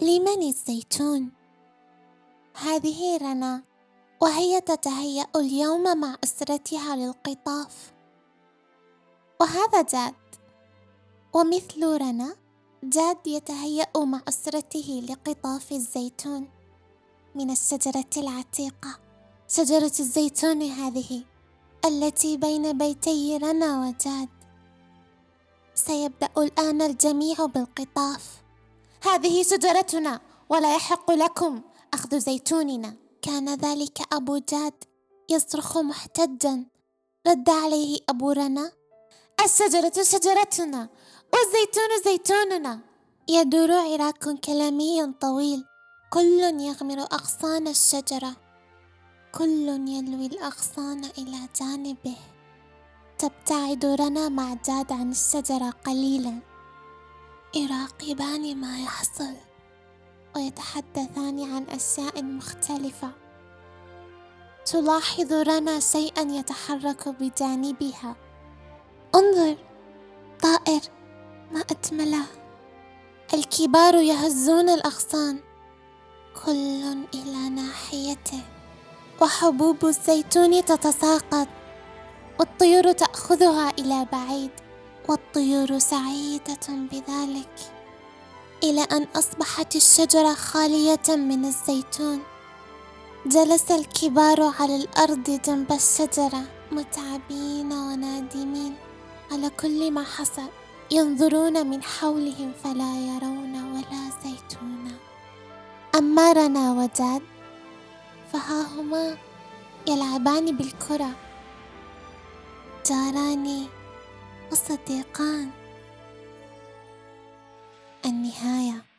لمن الزيتون؟ هذه رنا، وهي تتهيأ اليوم مع أسرتها للقطاف. وهذا جاد، ومثل رنا جاد يتهيأ مع أسرته لقطاف الزيتون من الشجرة العتيقة، شجرة الزيتون هذه التي بين بيتي رنا وجاد. سيبدأ الآن الجميع بالقطاف. هذه شجرتنا، ولا يحق لكم أخذ زيتوننا. كان ذلك أبو جاد يصرخ محتجا. رد عليه أبو رنا: الشجرة شجرتنا، والزيتون زيتوننا. يدور عراك كلامي طويل، كل يغمر أغصان الشجرة، كل يلوي الأغصان إلى جانبه. تبتعد رنا مع جاد عن الشجرة قليلا، يراقبان ما يحصل ويتحدثان عن أشياء مختلفة. تلاحظ رنا شيئا يتحرك بجانبها. انظر، طائر، ما أجمله. الكبار يهزون الأغصان، كل إلى ناحيته، وحبوب الزيتون تتساقط، والطيور تأخذها إلى بعيد، والطيور سعيدة بذلك، إلى أن أصبحت الشجرة خالية من الزيتون. جلس الكبار على الأرض جنب الشجرة متعبين ونادمين على كل ما حصل، ينظرون من حولهم فلا يرون ولا زيتونا. أما رنا وجاد فها هما يلعبان بالكرة، جاران وصديقان. النهاية.